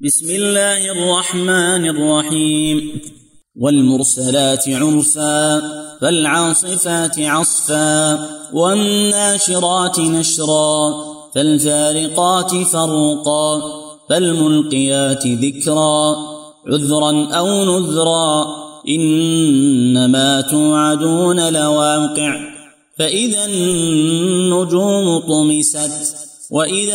بسم الله الرحمن الرحيم. والمرسلات عرفا فالعاصفات عصفا والناشرات نشرا فالفارقات فرقا فالملقيات ذكرا عذرا أو نذرا إنما توعدون لواقع فإذا النجوم طمست وإذا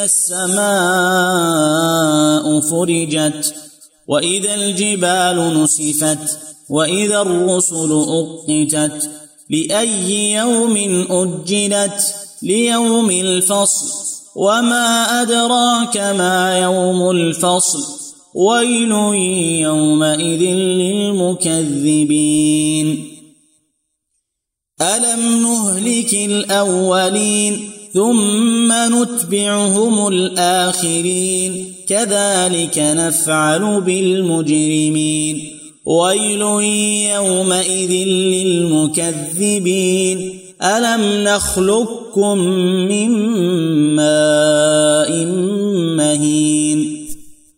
السماء فرجت وإذا الجبال نسفت وإذا الرسل أقتت لأي يوم أجلت ليوم الفصل وما أدراك ما يوم الفصل ويل يومئذ للمكذبين. ألم نهلك الأولين ثم نتبعهم الآخرين كذلك نفعل بالمجرمين ويل يومئذ للمكذبين. ألم نخلقكم من ماء مهين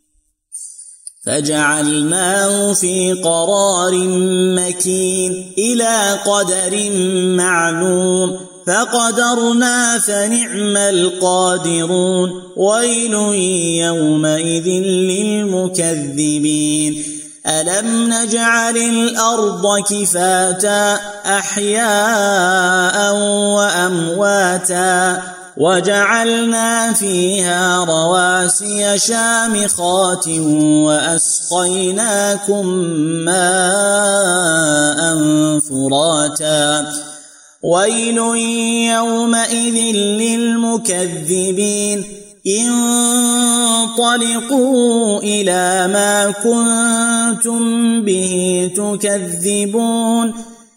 فجعلناه في قرار مكين إلى قدر معلوم فقدرنا فنعم القادرون ويل يومئذ للمكذبين. ألم نجعل الأرض كفاتا أحياء وأمواتا وجعلنا فيها رواسي شامخات وأسقيناكم ماء فراتا ويل يومئذ للمكذبين. انطلقوا إلى ما كنتم به تكذبون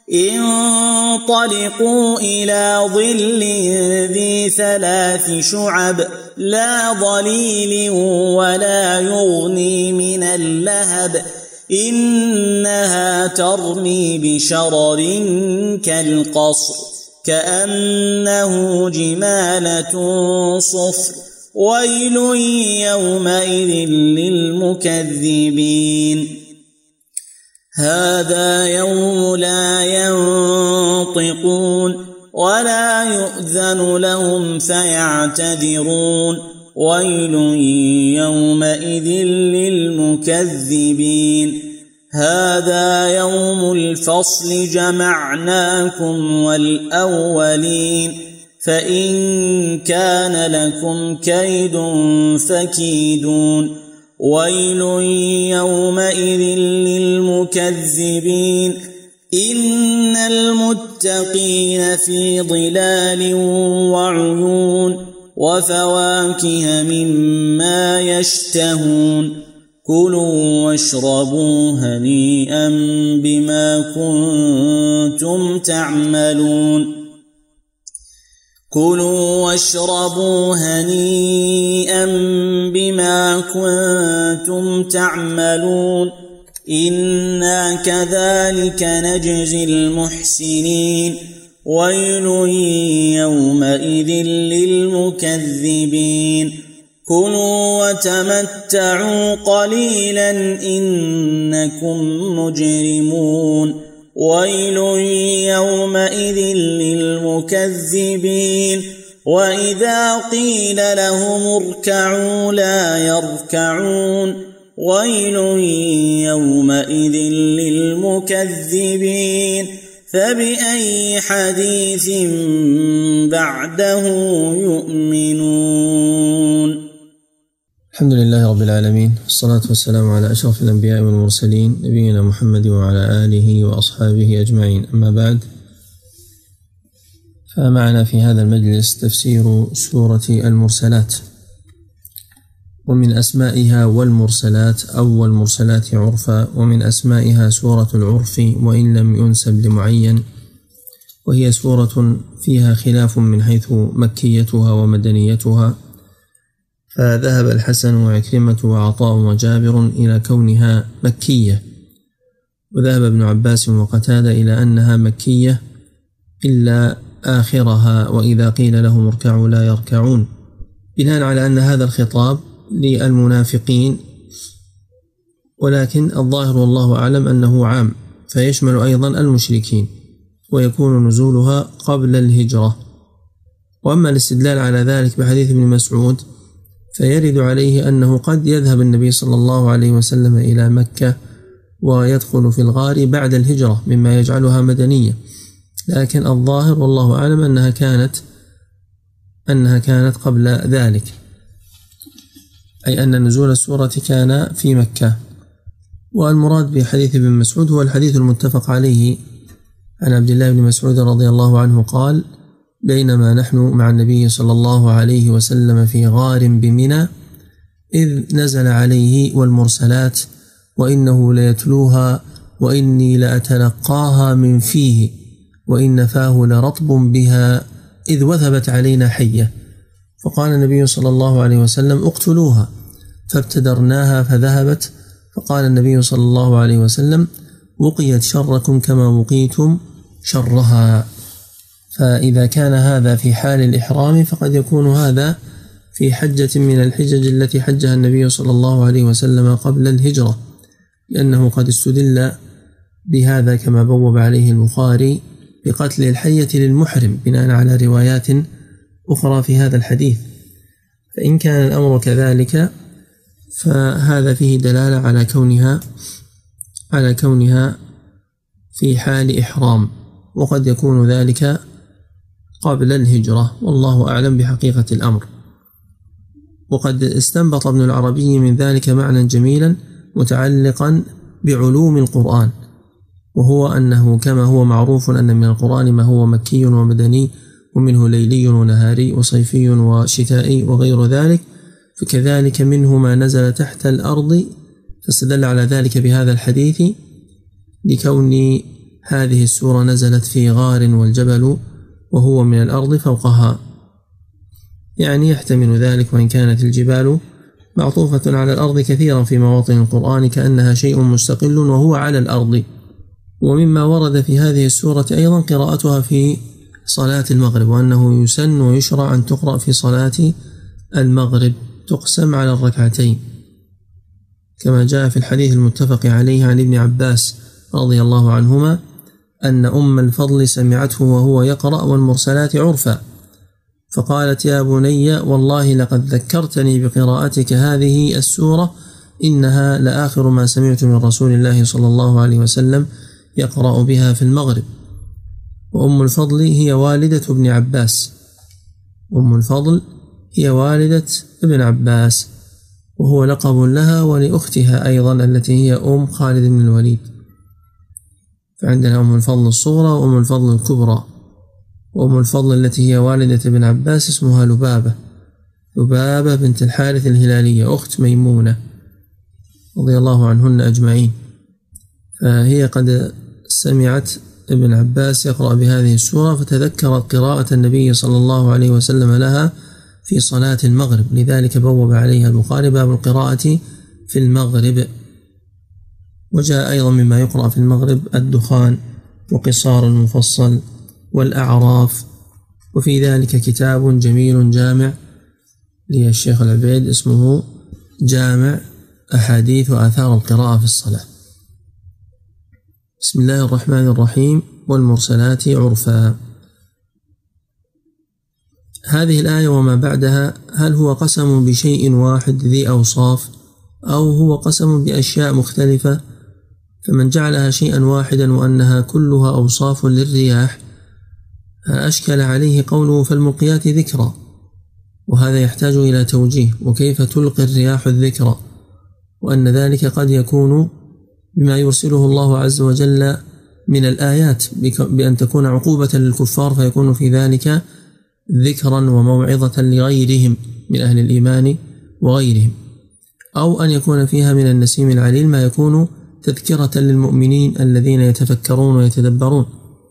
انطلقوا إلى ظل ذي 3 شعب لا ظليل ولا يغني من اللهب إنها ترمي بشرر كالقصر كأنه جمالة صفر ويل يومئذ للمكذبين. هذا يوم لا ينطقون ولا يؤذن لهم فيعتذرون ويل يومئذ للمكذبين. هذا يوم الفصل جمعناكم والأولين فإن كان لكم كيد فكيدون ويل يومئذ للمكذبين. إن المتقين في ظلال وعيون وفواكه مما يشتهون كلوا واشربوا هنيئا بما كنتم تعملون كلوا واشربوا هنيئا بما كنتم تعملون إنا كذلك نجزي المحسنين ويل يومئذ للمكذبين. كلوا وتمتعوا قليلا إنكم مجرمون ويل يومئذ للمكذبين. وإذا قيل لهم اركعوا لا يركعون ويل يومئذ للمكذبين. فبأي حديث بعده يؤمنون. الحمد لله رب العالمين والصلاة والسلام على أشرف الأنبياء والمرسلين نبينا محمد وعلى آله وأصحابه أجمعين. أما بعد، فمعنا في هذا المجلس تفسير سورة المرسلات، ومن أسمائها والمرسلات أو والمرسلات عرفا، ومن أسمائها سورة العرف وإن لم ينسب لمعين، وهي سورة فيها خلاف من حيث مكيتها ومدنيتها، فذهب الحسن وعكرمة وعطاء وجابر إلى كونها مكية، وذهب ابن عباس وقتادة إلى أنها مكية إلا آخرها وإذا قيل لهم اركعوا لا يركعون، بناء على أن هذا الخطاب للمنافقين ولكن الظاهر والله أعلم أنه عام، فيشمل أيضا المشركين، ويكون نزولها قبل الهجرة. وأما الاستدلال على ذلك بحديث ابن مسعود فيرد عليه أنه قد يذهب النبي صلى الله عليه وسلم إلى مكة ويدخل في الغار بعد الهجرة مما يجعلها مدنية، لكن الظاهر والله أعلم أنها كانت قبل ذلك، أي أن نزول السورة كان في مكة. والمراد بحديث ابن مسعود هو الحديث المتفق عليه عن عبد الله بن مسعود رضي الله عنه قال: بينما نحن مع النبي صلى الله عليه وسلم في غار بمنى إذ نزل عليه والمرسلات وإنه ليتلوها وإني لأتلقاها من فيه وإن فاه لرطب بها إذ وثبت علينا حية، فقال النبي صلى الله عليه وسلم: اقتلوها، فابتدرناها فذهبت، فقال النبي صلى الله عليه وسلم: وقيت شركم كما وقيتم شرها. فإذا كان هذا في حال الإحرام فقد يكون هذا في حجة من الحجج التي حجها النبي صلى الله عليه وسلم قبل الهجرة، لأنه قد استدل بهذا كما بوب عليه البخاري بقتل الحية للمحرم بناء على روايات أخرى في هذا الحديث. فإن كان الأمر كذلك فهذا فيه دلالة على كونها في حال إحرام، وقد يكون ذلك قبل الهجرة، والله أعلم بحقيقة الأمر. وقد استنبط ابن العربي من ذلك معنى جميلا متعلقا بعلوم القرآن، وهو أنه كما هو معروف أن من القرآن ما هو مكي ومدني ومنه ليلي ونهاري وصيفي وشتائي وغير ذلك، فكذلك منه ما نزل تحت الأرض، فاستدل على ذلك بهذا الحديث لكون هذه السورة نزلت في غار والجبل وهو من الأرض فوقها، يعني يحتمل ذلك، وإن كانت الجبال معطوفة على الأرض كثيرا في مواطن القرآن كأنها شيء مستقل وهو على الأرض. ومما ورد في هذه السورة أيضا قراءتها في صلاة المغرب، وأنه يسن ويشرع أن تقرأ في صلاة المغرب، تقسم على الركعتين، كما جاء في الحديث المتفق عليه عن ابن عباس رضي الله عنهما أن أم الفضل سمعته وهو يقرأ والمرسلات عرفا، فقالت: يا بني والله لقد ذكرتني بقراءتك هذه السورة، إنها لآخر ما سمعت من رسول الله صلى الله عليه وسلم يقرأ بها في المغرب. وأم الفضل هي والدة ابن عباس، أم الفضل هي والدة ابن عباس، وهو لقب لها ولأختها أيضا التي هي أم خالد بن الوليد. فعندنا أم الفضل الصغرى وأم الفضل الكبرى، وأم الفضل التي هي والدة ابن عباس اسمها لبابة بنت الحارث الهلالية أخت ميمونة رضي الله عنهن أجمعين، فهي قد سمعت ابن عباس يقرأ بهذه السورة فتذكرت قراءة النبي صلى الله عليه وسلم لها في صلاة المغرب، لذلك بوب عليها البخاري باب القراءة في المغرب. وجاء أيضا مما يقرأ في المغرب الدخان وقصار المفصل والأعراف، وفي ذلك كتاب جميل جامع للشيخ العبيد اسمه جامع أحاديث وآثار القراءة في الصلاة. بسم الله الرحمن الرحيم. والمرسلات عرفا. هذه الآية وما بعدها هل هو قسم بشيء واحد ذي أوصاف أو هو قسم بأشياء مختلفة؟ فمن جعلها شيئا واحدا وأنها كلها أوصاف للرياح أشكل عليه قوله فالملقيات ذكرا، وهذا يحتاج إلى توجيه، وكيف تلقي الرياح الذكرى، وأن ذلك قد يكون بما يرسله الله عز وجل من الآيات بأن تكون عقوبة للكفار فيكون في ذلك ذكرا وموعظة لغيرهم من أهل الإيمان وغيرهم، أو أن يكون فيها من النسيم العليل ما يكون تذكرة للمؤمنين الذين يتفكرون ويتدبرون،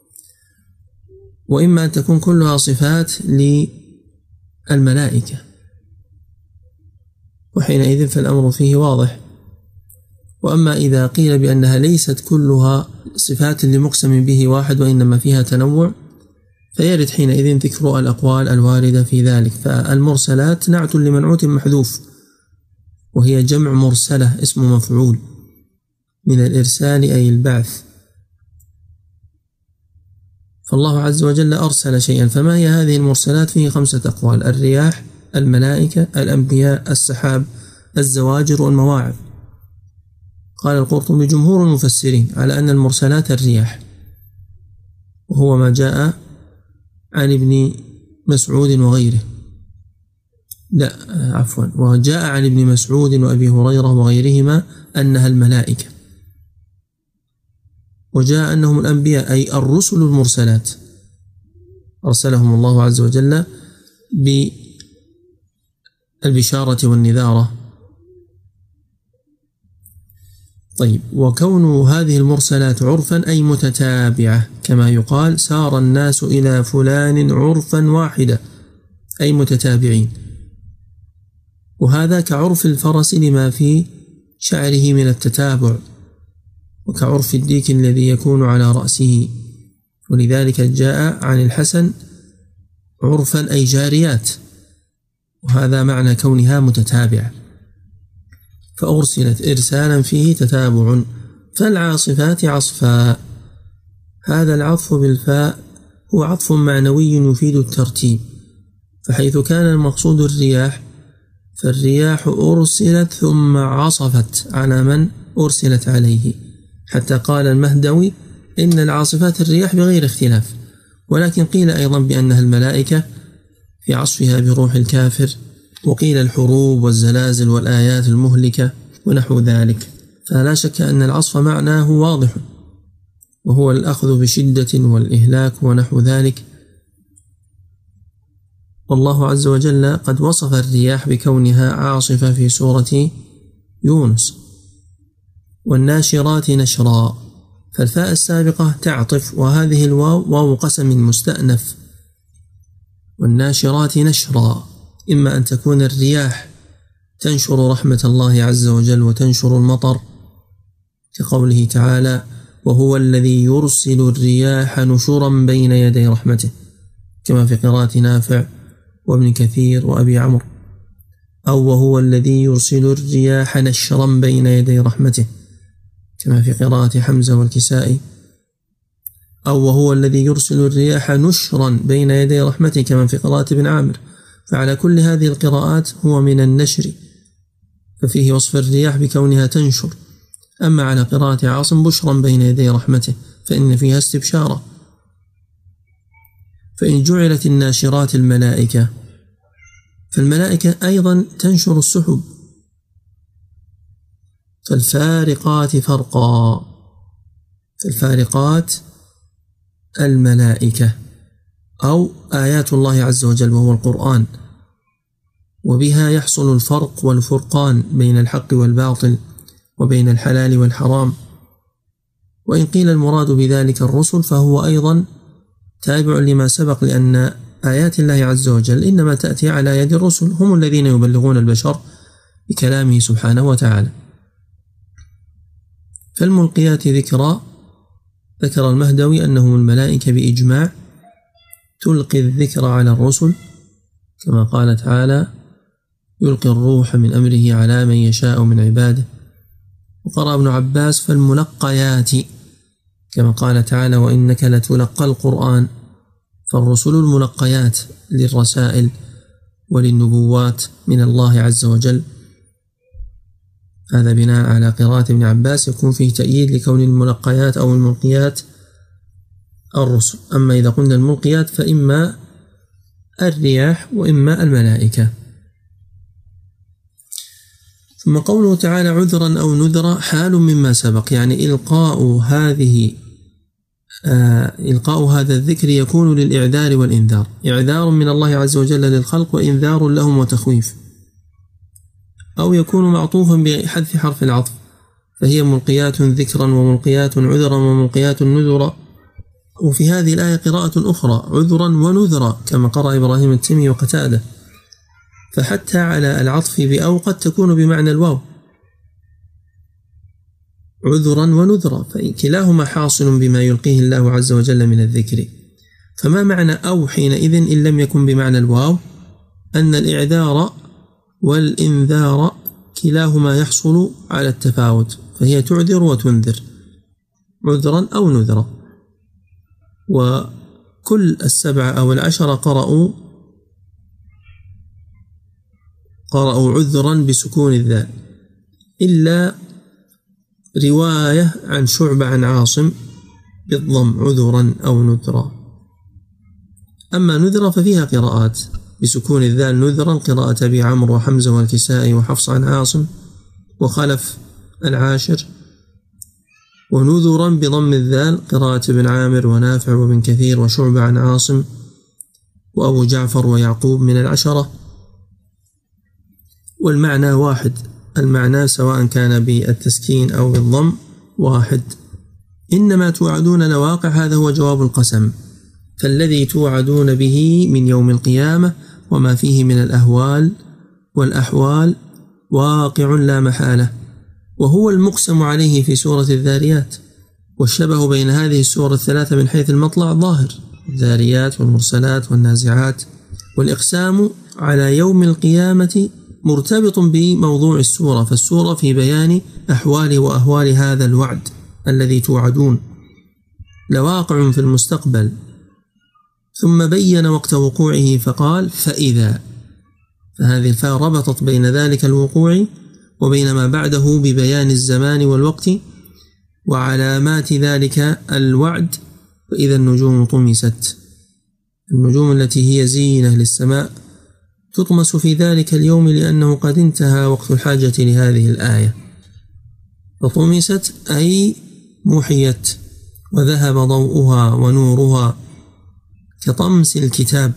وإما أن تكون كلها صفات للملائكة، وحينئذ فالأمر فيه واضح. وأما إذا قيل بأنها ليست كلها صفات لمقسم به واحد وإنما فيها تنوع فيرد حينئذ ذكر الأقوال الواردة في ذلك. فالمرسلات نعت لمنعوت محذوف، وهي جمع مرسلة اسم مفعول، من الإرسال أي البعث. فالله عز وجل أرسل شيئا. فما هي هذه المرسلات؟ فيه 5 أقوال: الرياح، الملائكة، الأنبياء، السحاب، الزواجر والمواعظ. قال القرطبي جمهور المفسرين على أن المرسلات الرياح، وهو ما جاء عن ابن مسعود وغيره. وجاء عن ابن مسعود وأبي هريرة وغيرهما أنها الملائكة. وجاء أنهم الأنبياء أي الرسل المرسلات، أرسلهم الله عز وجل بالبشارة والنذارة. طيب، وكون هذه المرسلات عرفا أي متتابعة، كما يقال سار الناس إلى فلان عرفا واحدة أي متتابعين، وهذا كعرف الفرس لما في شعره من التتابع، وكعرف الديك الذي يكون على رأسه. ولذلك جاء عن الحسن عرفا أي جاريات، وهذا معنى كونها متتابعة. فأرسلت إرسالا فيه تتابع. فالعاصفات عصفا، هذا العطف بالفاء هو عطف معنوي يفيد الترتيب، فحيث كان المقصود الرياح فالرياح أرسلت ثم عصفت على من أرسلت عليه، حتى قال المهدوي إن العاصفات الرياح بغير اختلاف. ولكن قيل أيضا بأنها الملائكة في عصفها بروح الكافر، وقيل الحروب والزلازل والآيات المهلكة ونحو ذلك. فلا شك أن العصف معناه واضح، وهو الأخذ بشدة والإهلاك ونحو ذلك. والله عز وجل قد وصف الرياح بكونها عاصفة في سورة يونس: والناشرات نشرا. فالفاء السابقة تعطف، وهذه الواو واو قسم مستأنف. والناشرات نشرا، إما أن تكون الرياح تنشر رحمة الله عز وجل وتنشر المطر، كقوله تعالى: وهو الذي يرسل الرياح نشرا بين يدي رحمته، كما في قراءة نافع وابن كثير وأبي عمرو. أو وهو الذي يرسل الرياح نشرا بين يدي رحمته، كما في قراءة حمزة والكسائي. أو وهو الذي يرسل الرياح نشرا بين يدي رحمته، كما في قراءة ابن عامر. فعلى كل هذه القراءات هو من النشر، ففيه وصف الرياح بكونها تنشر. أما على قراءة عاصم بشرا بين يدي رحمته، فإن فيها استبشارة. فإن جعلت الناشرات الملائكة، فالملائكة أيضا تنشر السحب. فالفارقات فرقا، فالفارقات الملائكة، أو آيات الله عز وجل وهو القرآن، وبها يحصل الفرق والفرقان بين الحق والباطل وبين الحلال والحرام. وإن قيل المراد بذلك الرسل فهو أيضا تابع لما سبق، لأن آيات الله عز وجل إنما تأتي على يد الرسل، هم الذين يبلغون البشر بكلامه سبحانه وتعالى. فالملقيات ذكرى، ذكر المهدوي أنهم الملائكة بإجماع تلقي الذكر على الرسل، كما قال تعالى: يلقي الروح من أمره على من يشاء من عباده. وقرأ ابن عباس: فالملقيات، كما قال تعالى: وإنك لتلقى القرآن. فالرسل الملقيات للرسائل وللنبوات من الله عز وجل. هذا بناء على قراءة ابن عباس يكون فيه تأييد لكون الملقيات أو الملقيات الرسل. أما إذا قلنا الملقيات فإما الرياح وإما الملائكة. ثم قوله تعالى: عذرا أو نذرا حال مما سبق، يعني إلقاء هذا الذكر يكون للإعذار والإنذار، إعذار من الله عز وجل للخلق وإنذار لهم وتخويف. أو يكون معطوفا بحذف حرف العطف، فهي ملقيات ذكرا وملقيات عذرا وملقيات نذرا. وفي هذه الآية قراءة أخرى: عذرا ونذرا، كما قرأ إبراهيم التيمي وقتادة. فحتى على العطف بأو قد تكون بمعنى الواو، عذرا ونذرا، فكلاهما حاصل بما يلقيه الله عز وجل من الذكر. فما معنى أو حينئذ إن لم يكن بمعنى الواو؟ أن الإعذار والإنذار كلاهما يحصل على التفاوت، فهي تعذر وتنذر، عذرا أو نذرا. وكل 7 أو 10 قرأوا عذرا بسكون الذال، إلا رواية عن شعبة عن عاصم بالضم عذرا أو نذرا. أما نذرا ففيها قراءات بسكون الذال نذرا، قراءة أبي عمرو وحمزة والكسائي وحفص عن عاصم وخلف العاشر، ونذرا بضم الذال قراءة ابن عامر ونافع وابن كثير وشعبة عن عاصم وأبو جعفر ويعقوب من 10. والمعنى واحد، المعنى سواء كان بالتسكين أو بالضم واحد. إنما توعدون لواقع، هذا هو جواب القسم، فالذي توعدون به من يوم القيامة وما فيه من الأهوال والأحوال واقع لا محالة، وهو المقسم عليه في سورة الذاريات. والشبه بين هذه السور الثلاثة من حيث المطلع ظاهر، الذاريات والمرسلات والنازعات. والإقسام على يوم القيامة مرتبط بموضوع السورة، فالسورة في بيان أحوال وأهوال هذا الوعد الذي توعدون، لواقع في المستقبل. ثم بين وقت وقوعه فقال فإذا، فهذه الفاء ربطت بين ذلك الوقوع وبين ما بعده ببيان الزمان والوقت وعلامات ذلك الوعد. وإذا النجوم طمست، النجوم التي هي زينة للسماء تطمس في ذلك اليوم، لأنه قد انتهى وقت الحاجة لهذه الآية. فطمست أي محيت وذهب ضوءها ونورها كطمس الكتاب.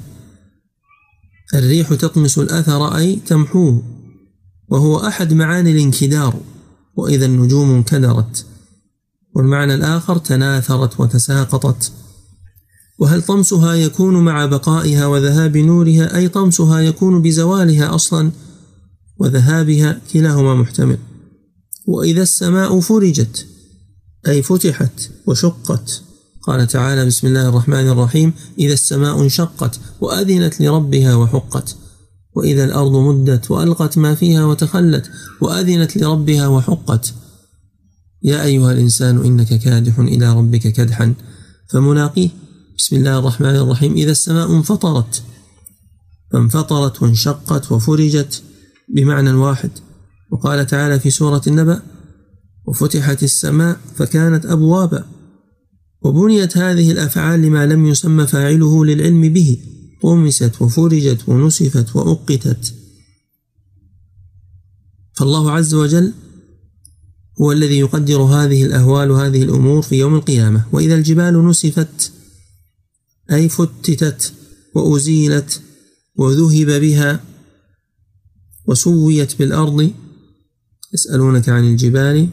الريح تطمس الأثر أي تمحوه، وهو أحد معاني الانكدار. وإذا النجوم انكدرت. والمعنى الآخر تناثرت وتساقطت. وهل طمسها يكون مع بقائها وذهاب نورها، أي طمسها يكون بزوالها أصلا وذهابها، كلاهما محتمل. وإذا السماء فرجت أي فتحت وشقت، قال تعالى بسم الله الرحمن الرحيم إذا السماء انشقت وأذنت لربها وحقت. وإذا الأرض مدت وألقت ما فيها وتخلت وأذنت لربها وحقت. يا أيها الإنسان إنك كادح إلى ربك كدحا فملاقيه. بسم الله الرحمن الرحيم إذا السماء انفطرت، فانفطرت وانشقت وفرجت بمعنى واحد. وقال تعالى في سورة النبأ وفتحت السماء فكانت أبوابا. وبنيت هذه الأفعال لما لم يسمى فاعله للعلم به، طمست وفرجت ونسفت وأقتت. فالله عز وجل هو الذي يقدر هذه الأهوال وهذه الأمور في يوم القيامة. وإذا الجبال نسفت أي فتتت وأزيلت وذهب بها وسويت بالأرض. يسألونك عن الجبال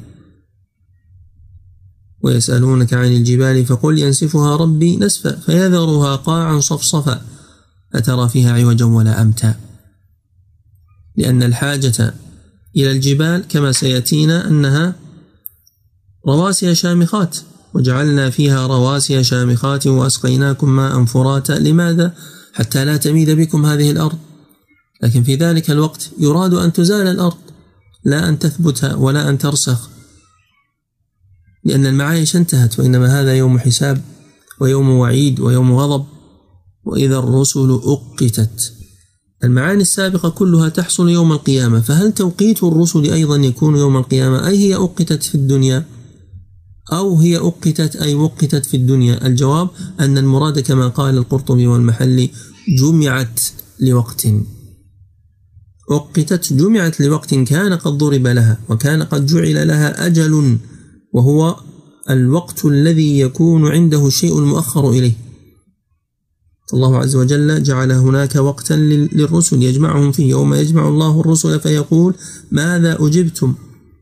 ويسألونك عن الجبال فقل ينسفها ربي نسفا فيذرها قاعا صفصفا أترى فيها عوجا ولا أمتا. لأن الحاجة إلى الجبال كما سيأتينا أنها رواسي شامخات، وجعلنا فيها رواسي شامخات وأسقيناكم ماء فراتا. لماذا؟ حتى لا تميد بكم هذه الأرض. لكن في ذلك الوقت يراد أن تزال الأرض، لا أن تثبت ولا أن ترسخ، لأن المعايش انتهت، وإنما هذا يوم حساب ويوم وعيد ويوم غضب. وإذا الرسل أقتت، المعاني السابقة كلها تحصل يوم القيامة. فهل توقيت الرسل أيضا يكون يوم القيامة، أي هي أقتت في الدنيا، أو هي أقتت أي وقتت في الدنيا؟ الجواب أن المراد كما قال القرطبي والمحلي جمعت لوقت. وقتت جمعت لوقت كان قد ضرب لها، وكان قد جعل لها أجل، وهو الوقت الذي يكون عنده الشيء المؤخر إليه. الله عز وجل جعل هناك وقتا للرسل يجمعهم فيه، يوم يجمع الله الرسل فيقول ماذا أجبتم.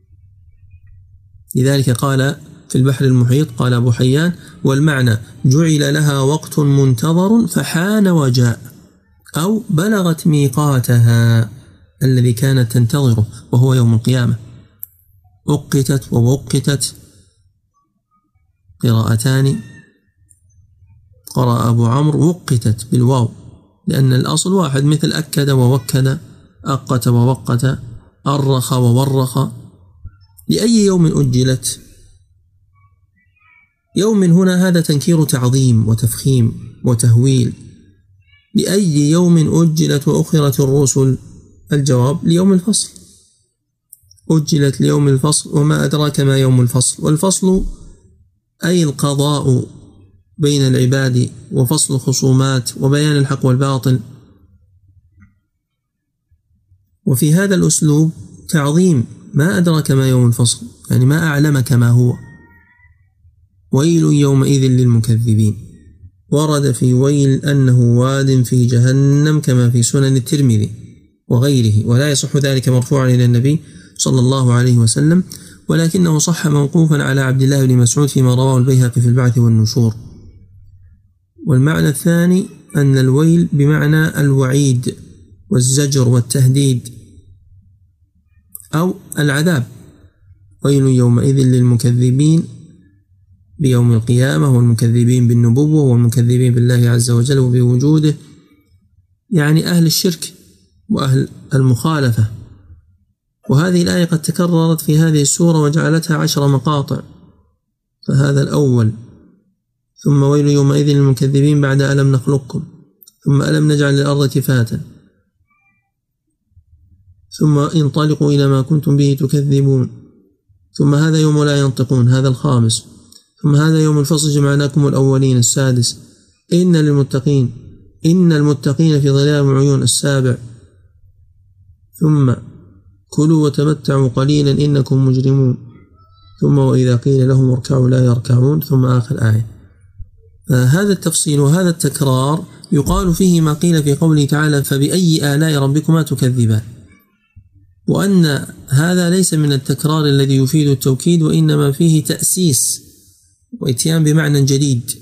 لذلك قال في البحر المحيط قال أبو حيان والمعنى جعل لها وقت منتظر فحان وجاء، أو بلغت ميقاتها الذي كانت تنتظره وهو يوم القيامة. أقتت ووقتت قراءتان، قرأ أبو عمرو وقتت بالواو، لأن الأصل واحد مثل أكد ووكد، أقت ووقت أرخ وورخ. لأي يوم أجلت؟ يوم هنا هذا تنكير تعظيم وتفخيم وتهويل. لأي يوم أجلت وأخرت الرسل؟ الجواب ليوم الفصل. أجلت ليوم الفصل، وما أدراك ما يوم الفصل. والفصل أي القضاء بين العباد وفصل الخصومات وبيان الحق والباطل. وفي هذا الأسلوب تعظيم. ما أدراك ما يوم الفصل، يعني ما أعلمك ما هو. ويل يومئذ للمكذبين. ورد في ويل أنه واد في جهنم كما في سنن الترمذي وغيره، ولا يصح ذلك مرفوعا إلى النبي صلى الله عليه وسلم، ولكنه صح موقوفا على عبد الله بن مسعود فيما رواه البيهقي في البعث والنشور. والمعنى الثاني أن الويل بمعنى الوعيد والزجر والتهديد أو العذاب. ويل يومئذ للمكذبين بيوم القيامة، والمكذبين بالنبوة، والمكذبين بالله عز وجل وبوجوده، يعني أهل الشرك وأهل المخالفة. وهذه الآية قد تكررت في هذه السورة وجعلتها 10 مقاطع، فهذا الأول. ثم ويل يومئذ للمكذبين بعد ألم نخلقكم، ثم ألم نجعل الأرض كفاتا، ثم انطلقوا إلى ما كنتم به تكذبون، ثم هذا يوم لا ينطقون، هذا الخامس، ثم هذا يوم الفصل جمعناكم الأولين، السادس. إن المتقين في ظلال وعيون، السابع. ثم كلوا وتمتعوا قليلا إنكم مجرمون، ثم وإذا قيل لهم اركعوا لا يركعون، ثم آخر آية. هذا التفصيل وهذا التكرار يقال فيه ما قيل في قوله تعالى فبأي آلاء ربكما تكذبان، وأن هذا ليس من التكرار الذي يفيد التوكيد، وإنما فيه تأسيس وإتيان بمعنى جديد.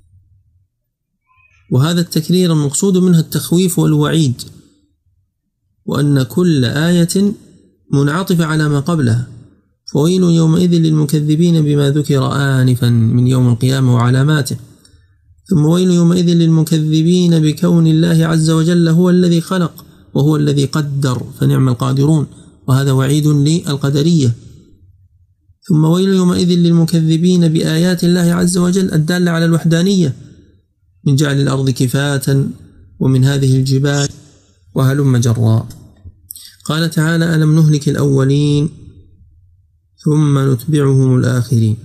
وهذا التكرير المقصود منه التخويف والوعيد، وأن كل آية منعطفة على ما قبلها. فويل يومئذ للمكذبين بما ذكر آنفا من يوم القيامة وعلاماته. ثم ويل يومئذ للمكذبين بكون الله عز وجل هو الذي خلق وهو الذي قدر فنعم القادرون، وهذا وعيد للقدرية. ثم ويل يومئذ للمكذبين بآيات الله عز وجل الدالة على الوحدانية، من جعل الأرض كفاة ومن هذه الجبال وهلم جراء. قال تعالى ألم نهلك الأولين ثم نتبعهم الآخرين.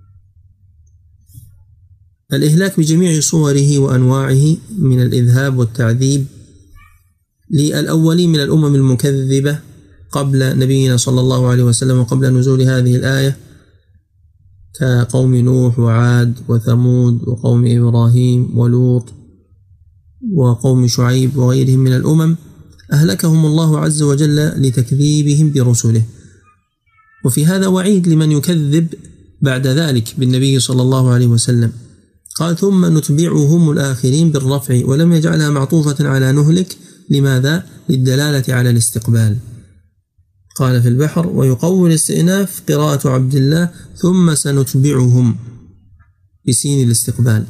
الإهلاك بجميع صوره وأنواعه من الإذهاب والتعذيب للأولين من الأمم المكذبة قبل نبينا صلى الله عليه وسلم وقبل نزول هذه الآية، كقوم نوح وعاد وثمود وقوم إبراهيم ولوط وقوم شعيب وغيرهم من الأمم، أهلكهم الله عز وجل لتكذيبهم برسله. وفي هذا وعيد لمن يكذب بعد ذلك بالنبي صلى الله عليه وسلم. قال ثم نتبعهم الآخرين بالرفع، ولم يجعلها معطوفة على نهلك. لماذا؟ للدلالة على الاستقبال. قال في البحر ويقوي الاستئناف قراءة عبد الله ثم سنتبعهم بسين الاستقبال،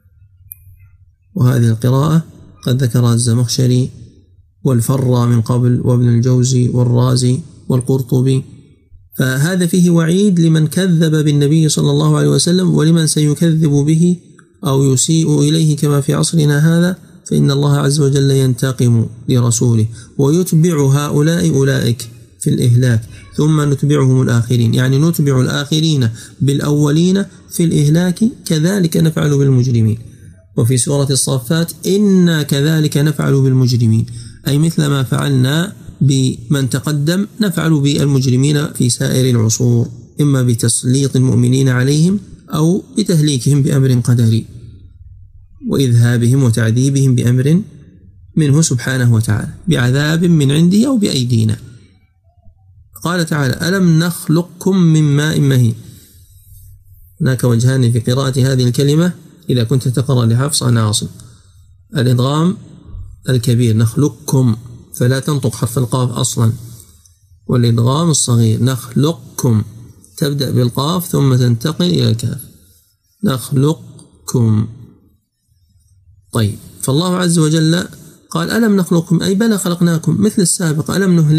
وهذه القراءة قد ذكرها الزمخشري والفرى من قبل وابن الجوزي والرازي والقرطبي. فهذا فيه وعيد لمن كذب بالنبي صلى الله عليه وسلم، ولمن سيكذب به أو يسيء إليه كما في عصرنا هذا، فإن الله عز وجل ينتقم لرسوله ويتبع هؤلاء أولئك في الإهلاك. ثم نتبعهم الآخرين، يعني نتبع الآخرين بالأولين في الإهلاك، كذلك نفعل بالمجرمين. وفي سورة الصافات إنا كذلك نفعل بالمجرمين، أي مثل ما فعلنا بمن تقدم نفعل بالمجرمين في سائر العصور، إما بتسليط المؤمنين عليهم أو بتهليكهم بأمر قدري وإذهابهم وتعذيبهم بأمر منه سبحانه وتعالى، بعذاب من عنده أو بأيدينا. قال تعالى ألم نخلقكم من ماء مهين. هناك وجهان في قراءة هذه الكلمة إذا كنت تقرأ لحفص عن عاصم. الإدغام الكبير نخلقكم، فلا تنطق حرف القاف أصلا، والإدغام الصغير نخلقكم تبدأ بالقاف ثم تنتقل إلى الكاف، نخلقكم. طيب، فالله عز وجل قال ألم نخلقكم، أي بلى خلقناكم مثل السابق. ألم نهلك،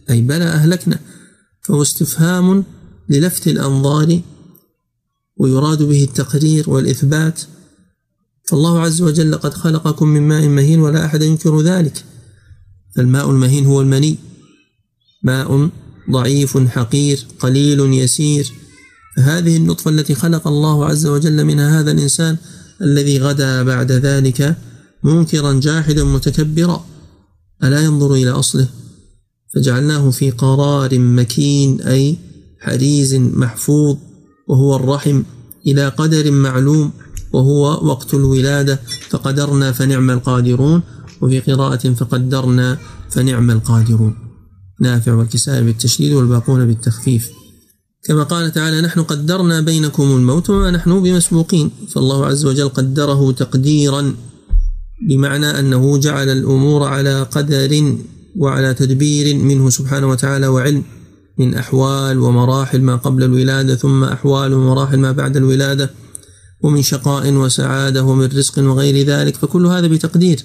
أي بلى أهلكنا، فهو استفهام للفت الأنظار ويراد به التقرير والإثبات. فالله عز وجل قد خلقكم من ماء مهين ولا أحد ينكر ذلك. فالماء المهين هو المني، ماء ضعيف حقير قليل يسير. فهذه النطفة التي خلق الله عز وجل منها هذا الإنسان الذي غدا بعد ذلك منكرا جاحدا متكبرا، ألا ينظر إلى أصله؟ فجعلناه في قرار مكين، أي حريز محفوظ، وهو الرحم، إلى قدر معلوم، وهو وقت الولادة. فقدرنا فنعم القادرون، وفي قراءة فقدرنا فنعم القادرون، نافع والكسائي بالتشديد والباقون بالتخفيف. كما قال تعالى: نحن قدرنا بينكم الموت وما نحن بمسبوقين. فالله عز وجل قدره تقديرا، بمعنى أنه جعل الأمور على قدر وعلى تدبير منه سبحانه وتعالى وعلم، من أحوال ومراحل ما قبل الولادة، ثم أحوال ومراحل ما بعد الولادة، ومن شقاء وسعادة ومن رزق وغير ذلك، فكل هذا بتقدير.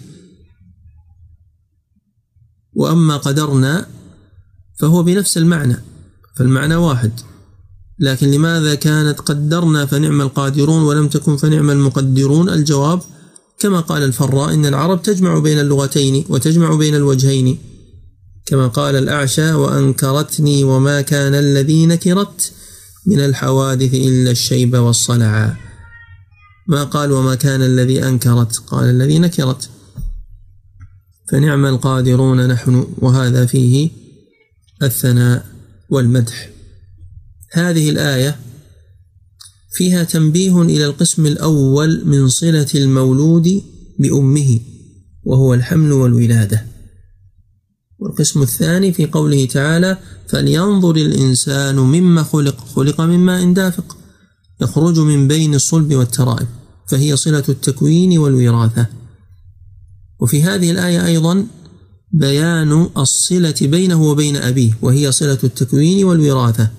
وأما قدرنا فهو بنفس المعنى، فالمعنى واحد، لكن لماذا كانت قدرنا فنعم القادرون ولم تكن فنعم المقدرون؟ الجواب كما قال الفراء: إن العرب تجمع بين اللغتين وتجمع بين الوجهين، كما قال الأعشى: وأنكرتني وما كان الذي نكرت من الحوادث إلا الشيب والصلعا. ما قال وما كان الذي أنكرت، قال الذي نكرت. فنعم القادرون نحن، وهذا فيه الثناء والمدح. هذه الآية فيها تنبيه إلى القسم الأول من صلة المولود بأمه، وهو الحمل والولادة. والقسم الثاني في قوله تعالى: فلينظر الإنسان مما خلق من ماء دافق يخرج من بين الصلب والترائب، فهي صلة التكوين والوراثة. وفي هذه الآية أيضا بيان الصلة بينه وبين أبيه، وهي صلة التكوين والوراثة.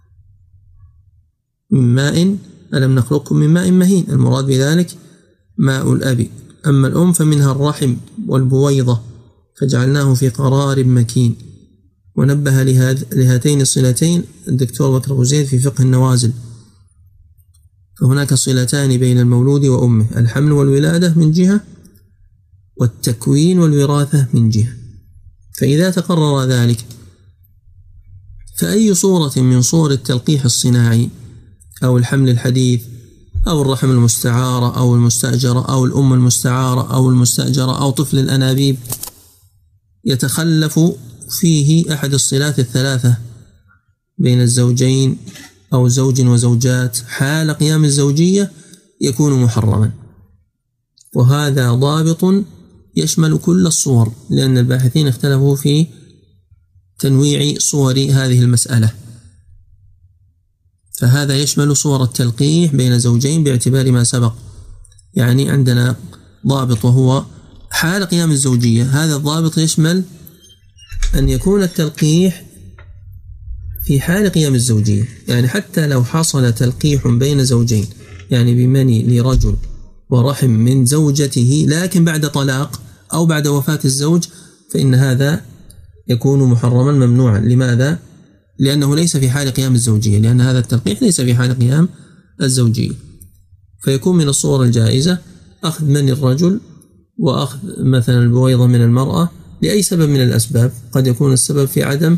من ماء، ألم نخلقكم من ماء مهين، المراد بذلك ماء الأب. أما الأم فمنها الرحم والبويضة، فجعلناه في قرار مكين. ونبه لهاتين الصلتين الدكتور بكر أبو زيد في فقه النوازل. فهناك صلتان بين المولود وأمه: الحمل والولادة من جهة، والتكوين والوراثة من جهة. فإذا تقرر ذلك، فأي صورة من صور التلقيح الصناعي أو الحمل الحديث أو الرحم المستعارة أو المستأجرة أو الأم المستعارة أو المستأجرة أو طفل الأنابيب يتخلف فيه أحد الصلات الثلاثة بين الزوجين أو زوج وزوجات حال قيام الزوجية، يكون محرما. وهذا ضابط يشمل كل الصور، لأن الباحثين اختلفوا في تنويع صور هذه المسألة. فهذا يشمل صور التلقيح بين زوجين باعتبار ما سبق. يعني عندنا ضابط وهو حال قيام الزوجية، هذا الضابط يشمل أن يكون التلقيح في حال قيام الزوجية، يعني حتى لو حصل تلقيح بين زوجين، يعني بمني لرجل ورحم من زوجته لكن بعد طلاق أو بعد وفاة الزوج، فإن هذا يكون محرما ممنوعا. لماذا؟ لأنه ليس في حال قيام الزوجية، لأن هذا التلقيح ليس في حال قيام الزوجية. فيكون من الصور الجائزة أخذ مني الرجل وأخذ مثلا البويضة من المرأة لأي سبب من الأسباب. قد يكون السبب في عدم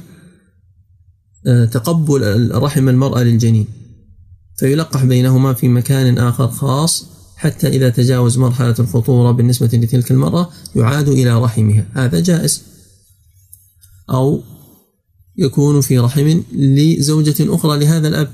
تقبل رحم المرأة للجنين، فيلقح بينهما في مكان آخر خاص، حتى إذا تجاوز مرحلة الخطورة بالنسبة لتلك المرأة يعاد إلى رحمها، هذا جائز. أو يكون في رحم لزوجة أخرى لهذا الأب.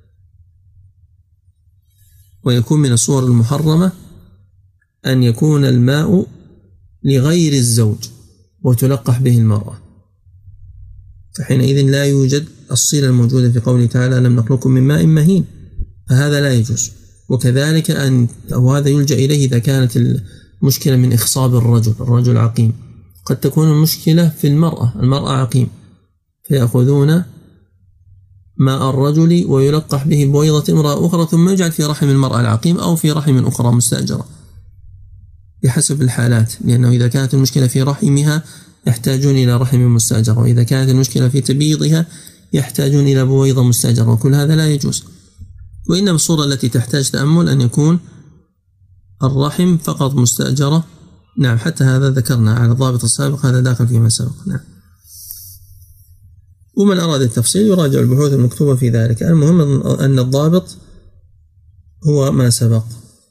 ويكون من الصور المحرمة أن يكون الماء لغير الزوج وتلقح به المرأة، فحينئذ لا يوجد الصلة الموجودة في قوله تعالى: لم نخلقكم من ماء مهين، فهذا لا يجوز. وكذلك وهذا يلجأ إليه إذا كانت المشكلة من إخصاب الرجل عقيم. قد تكون المشكلة في المرأة عقيم، فيأخذون ماء الرجل ويلقح به بويضة امرأة أخرى، ثم يجعل في رحم المرأة العقيم أو في رحم أخرى مستأجرة بحسب الحالات، لأنه إذا كانت المشكلة في رحمها يحتاجون إلى رحم مستأجرة، وإذا كانت المشكلة في تبييضها يحتاجون إلى بويضة مستأجرة، وكل هذا لا يجوز. وإنما الصورة التي تحتاج تأمل أن يكون الرحم فقط مستأجرة. نعم، حتى هذا ذكرنا على الضابط السابق، هذا داخل فيما سبق. نعم. ومن أراد التفصيل يراجع البحوث المكتوبة في ذلك. المهم أن الضابط هو ما سبق.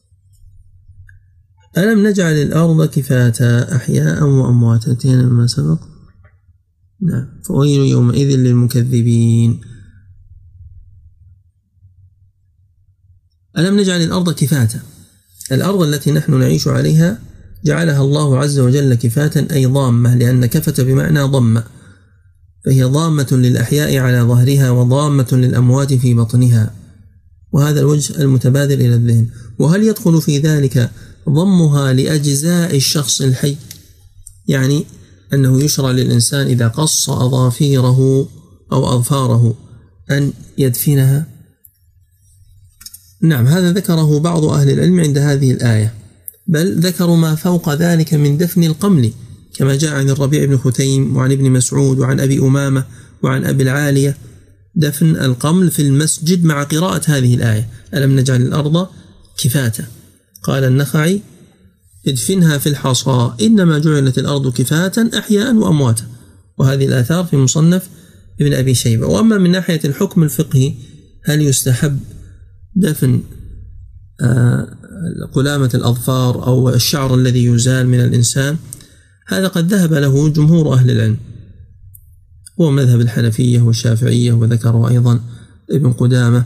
ألم نجعل الأرض كفاتا أحياء وأمواتا، انتهينا ما سبق. نعم. فويل يومئذ للمكذبين. ألم نجعل الأرض كفاتا، الأرض التي نحن نعيش عليها جعلها الله عز وجل كفاتا أي ضامة، لأن كفت بمعنى ضمة، فهي ضامة للأحياء على ظهرها وضامة للأموات في بطنها، وهذا الوجه المتبادر إلى الذهن. وهل يدخل في ذلك ضمها لأجزاء الشخص الحي، يعني أنه يشرع للإنسان إذا قص أظافيره أو أظفاره أن يدفنها؟ نعم، هذا ذكره بعض أهل العلم عند هذه الآية، بل ذكروا ما فوق ذلك من دفن القمل، كما جاء عن الربيع بن ختيم وعن ابن مسعود وعن أبي أمامة وعن أبي العالية دفن القمل في المسجد مع قراءة هذه الآية: ألم نجعل الأرض كفاتا. قال النخعي: ادفنها في الحصى، إنما جعلت الأرض كفاتا أحياء وأمواتا. وهذه الآثار في مصنف ابن أبي شيبة. وأما من ناحية الحكم الفقهي، هل يستحب دفن قلامة الأظفار أو الشعر الذي يزال من الإنسان؟ هذا قد ذهب له جمهور أهل العلم، هو مذهب الحنفية والشافعية، وذكره أيضا ابن قدامة،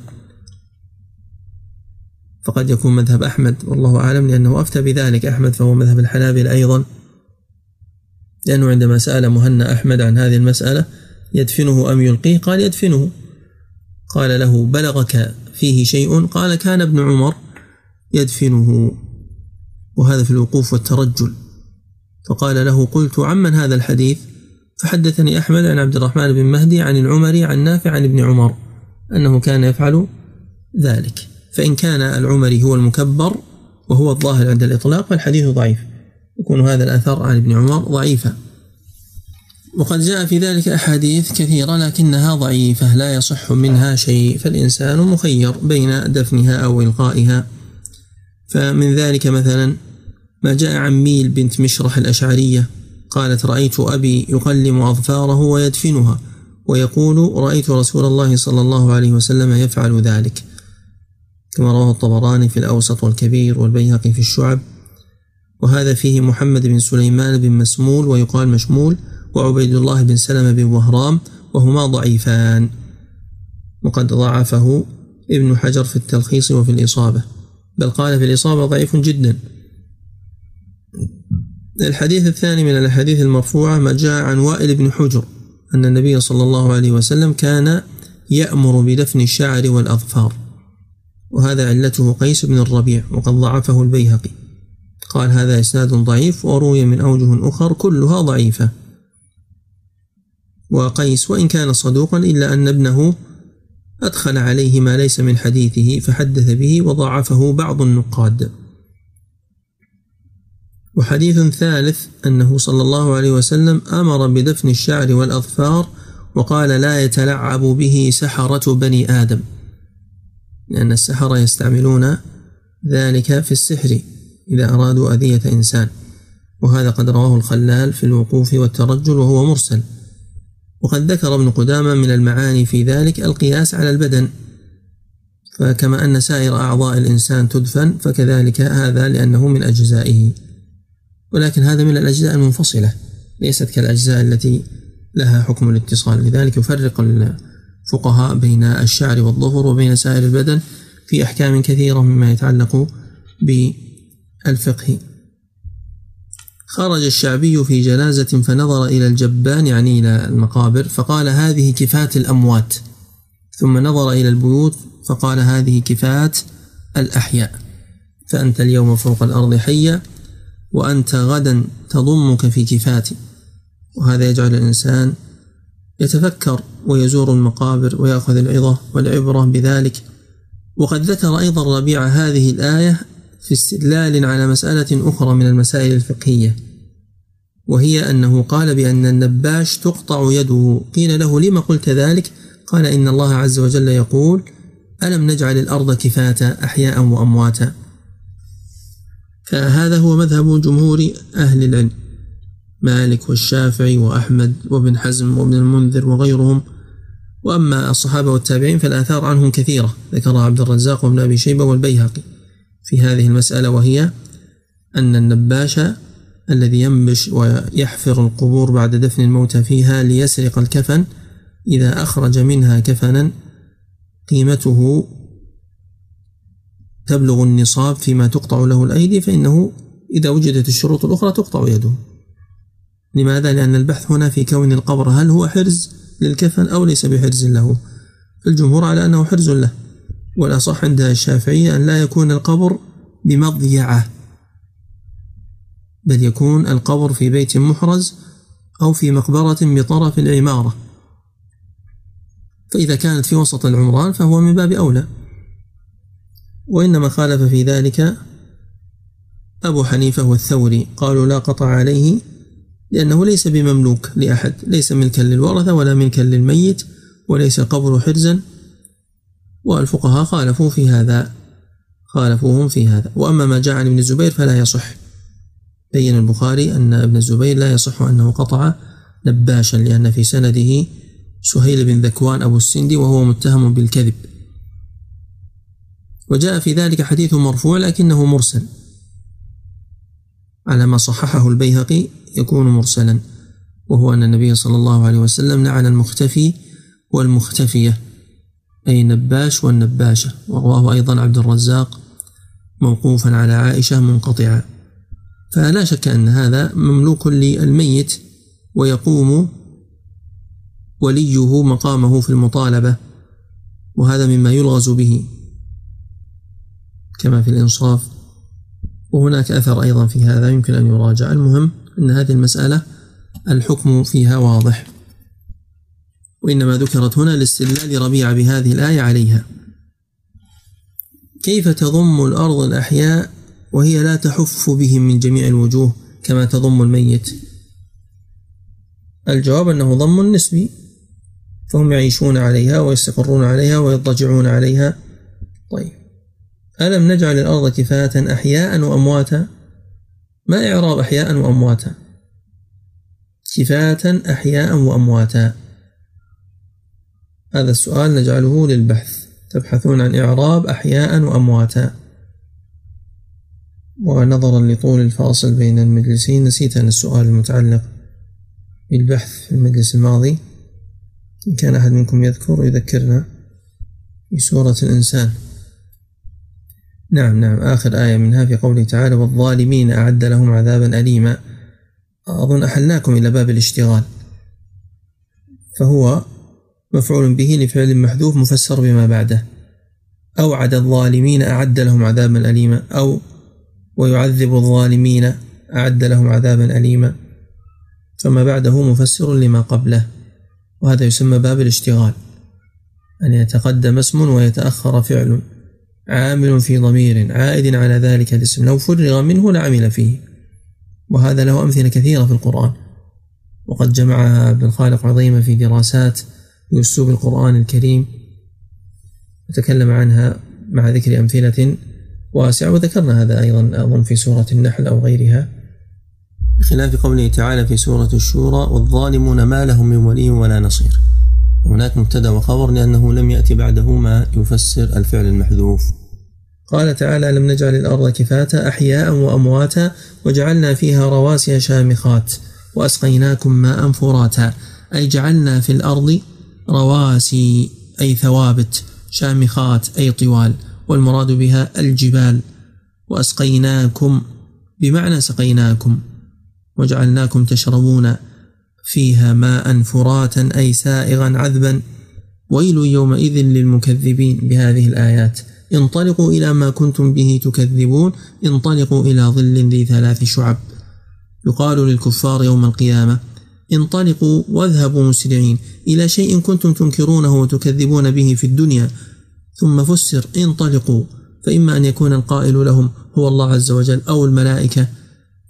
فقد يكون مذهب أحمد والله أعلم، لأنه أفتى بذلك أحمد، فهو مذهب الحنابلة أيضا، لأنه عندما سأل مهنا أحمد عن هذه المسألة يدفنه أم يلقيه، قال يدفنه. قال له: بلغك فيه شيء؟ قال: كان ابن عمر يدفنه، وهذا في الوقوف والترجل. فقال له: قلت: عمن هذا الحديث؟ فحدثني أحمد عن عبد الرحمن بن مهدي عن العمري عن نافع عن ابن عمر أنه كان يفعل ذلك. فإن كان العمري هو المكبر وهو الظاهر عند الإطلاق فالحديث ضعيف، يكون هذا الأثر عن ابن عمر ضعيفا. وقد جاء في ذلك أحاديث كثيرة لكنها ضعيفة لا يصح منها شيء، فالإنسان مخير بين دفنها أو إلقائها. فمن ذلك مثلا ما جاء عن ميل بنت مشرح الأشعرية قالت: رأيت أبي يقلم أظفاره ويدفنها، ويقول: رأيت رسول الله صلى الله عليه وسلم يفعل ذلك، كما رواه الطبراني في الأوسط والكبير والبيهقي في الشعب. وهذا فيه محمد بن سليمان بن مسمول ويقال مشمول، وعبيد الله بن سلمة بن وهرام، وهما ضعيفان، وقد ضعفه ابن حجر في التلخيص وفي الإصابة، بل قال في الإصابة ضعيف جدا. الحديث الثاني من الأحاديث المرفوعة ما جاء عن وائل بن حجر أن النبي صلى الله عليه وسلم كان يأمر بدفن الشعر والأظفار، وهذا علته قيس بن الربيع، وقد ضعفه البيهقي، قال: هذا إسناد ضعيف، وروي من أوجه أخر كلها ضعيفة. وقيس وإن كان صدوقا إلا أن ابنه أدخل عليه ما ليس من حديثه فحدث به وضعفه بعض النقاد. وحديث ثالث أنه صلى الله عليه وسلم أمر بدفن الشعر والأظفار، وقال: لا يتلعب به سحرة بني آدم، لأن السحرة يستعملون ذلك في السحر إذا أرادوا أذية إنسان، وهذا قد رواه الخلال في الوقوف والترجل وهو مرسل. وقد ذكر ابن قدامة من المعاني في ذلك القياس على البدن، فكما أن سائر أعضاء الإنسان تدفن فكذلك هذا لأنه من أجزائه، ولكن هذا من الأجزاء المنفصلة ليست كالأجزاء التي لها حكم الاتصال. لذلك يفرق الفقهاء بين الشعر والظفر وبين سائر البدن في أحكام كثيرة مما يتعلق بالفقه. خرج الشعبي في جنازة فنظر إلى الجبان، يعني إلى المقابر، فقال: هذه كفات الأموات. ثم نظر إلى البيوت فقال: هذه كفات الأحياء، فأنت اليوم فوق الأرض حيا، وأنت غدا تضمك في كفاتي. وهذا يجعل الإنسان يتفكر ويزور المقابر ويأخذ العظة والعبرة بذلك. وقد ذكر أيضا ربيع هذه الآية في استدلال على مسألة أخرى من المسائل الفقهية، وهي أنه قال بأن النباش تقطع يده. قيل له: لما قلت ذلك؟ قال: إن الله عز وجل يقول: ألم نجعل الأرض كفاتا أحياء وأمواتا. فهذا هو مذهب جمهور أهل العلم، مالك والشافعي وأحمد وابن حزم وابن المنذر وغيرهم. وأما الصحابة والتابعين فالآثار عنهم كثيرة، ذكرها عبد الرزاق وابن أبي شيبة والبيهقي في هذه المسألة، وهي أن النباش الذي ينبش ويحفر القبور بعد دفن الموتى فيها ليسرق الكفن، إذا أخرج منها كفنا قيمته تبلغ النصاب فيما تقطع له الأيدي، فإنه إذا وجدت الشروط الأخرى تقطع يده. لماذا؟ لأن البحث هنا في كون القبر هل هو حرز للكفن أو ليس بحرز له. الجمهور على أنه حرز له، والأصح عند الشافعية أن لا يكون القبر بمضيعة، بل يكون القبر في بيت محرز أو في مقبرة بطرف العمارة، فإذا كانت في وسط العمران فهو من باب أولى. وإنما خالف في ذلك أبو حنيفة والثوري، قالوا لا قطع عليه لأنه ليس بمملوك لأحد، ليس ملكا للورثة ولا ملكا للميت، وليس القبر حرزا. والفقهاء خالفوهم في هذا. وأما ما جاء عن ابن الزبير فلا يصح. بين البخاري أن ابن الزبير لا يصح أنه قطع نباشا، لأن في سنده سهيل بن ذكوان أبو السندي وهو متهم بالكذب. وجاء في ذلك حديث مرفوع لكنه مرسل، على ما صححه البيهقي يكون مرسلا، وهو أن النبي صلى الله عليه وسلم لعن المختفي والمختفية، أي النباش والنباشة. ورواه أيضا عبد الرزاق موقوفا على عائشة منقطعا. فلا شك أن هذا مملوك للميت، ويقوم وليه مقامه في المطالبة، وهذا مما يلغز به كما في الإنصاف. وهناك أثر أيضا في هذا يمكن أن يراجع. المهم أن هذه المسألة الحكم فيها واضح، وإنما ذكرت هنا لاستدلال ربيعة بهذه الآية عليها. كيف تضم الأرض الأحياء وهي لا تحف بهم من جميع الوجوه كما تضم الميت؟ الجواب أنه ضم نسبي، فهم يعيشون عليها ويستقرون عليها ويضطجعون عليها. طيب، ألم نجعل الأرض كفاة أحياء وأمواتا؟ ما إعراب أحياء وأمواتا؟ كفاة أحياء وأمواتا، هذا السؤال نجعله للبحث، تبحثون عن إعراب أحياء وأمواتا. ونظرا لطول الفاصل بين المجلسين نسيت أن السؤال المتعلق بالبحث في المجلس الماضي، إن كان أحد منكم يذكر يذكرنا، في سورة الإنسان. نعم آخر آية منها في قوله تعالى: والظالمين أعد لهم عذابا أليما. أظن أحلناكم إلى باب الاشتغال، فهو مفعول به لفعل محذوف مفسر بما بعده. أوعد الظالمين أعد لهم عذابا أليما، أو ويعذب الظالمين أعد لهم عذابا أليما، فما بعده مفسر لما قبله، وهذا يسمى باب الاشتغال، أن يتقدم اسم ويتأخر فعل عامل في ضمير عائد على ذلك الاسم، لو فرغ منه لعمل فيه. وهذا له أمثلة كثيرة في القرآن، وقد جمعها ابن خالق عظيمة في دراسات بأسلوب القرآن الكريم، وتكلم عنها مع ذكر أمثلة واسعة، وذكرنا هذا أيضا أظن في سورة النحل أو غيرها، بخلاف قوله تعالى في سورة الشورى: والظالمون ما لهم من ولي ولا نصير. هناك مبتدأ وخبر لأنه لم يأتي بعده ما يفسر الفعل المحذوف. قال تعالى: لم نجعل الأرض كفاة أحياء وأمواتا وجعلنا فيها رواسي شامخات وأسقيناكم ماء فراتا، أي جعلنا في الأرض رواسي أي ثوابت، شامخات أي طوال، والمراد بها الجبال. وأسقيناكم بمعنى سقيناكم، وجعلناكم تشربون فيها ماء فراتا أي سائغا عذبا. ويل يومئذ للمكذبين بهذه الآيات. انطلقوا إلى ما كنتم به تكذبون، انطلقوا إلى ظل ذي 3 شعب. يقال للكفار يوم القيامة: انطلقوا واذهبوا مسرعين إلى شيء كنتم تنكرونه وتكذبون به في الدنيا. ثم فسر انطلقوا، فإما أن يكون القائل لهم هو الله عز وجل أو الملائكة،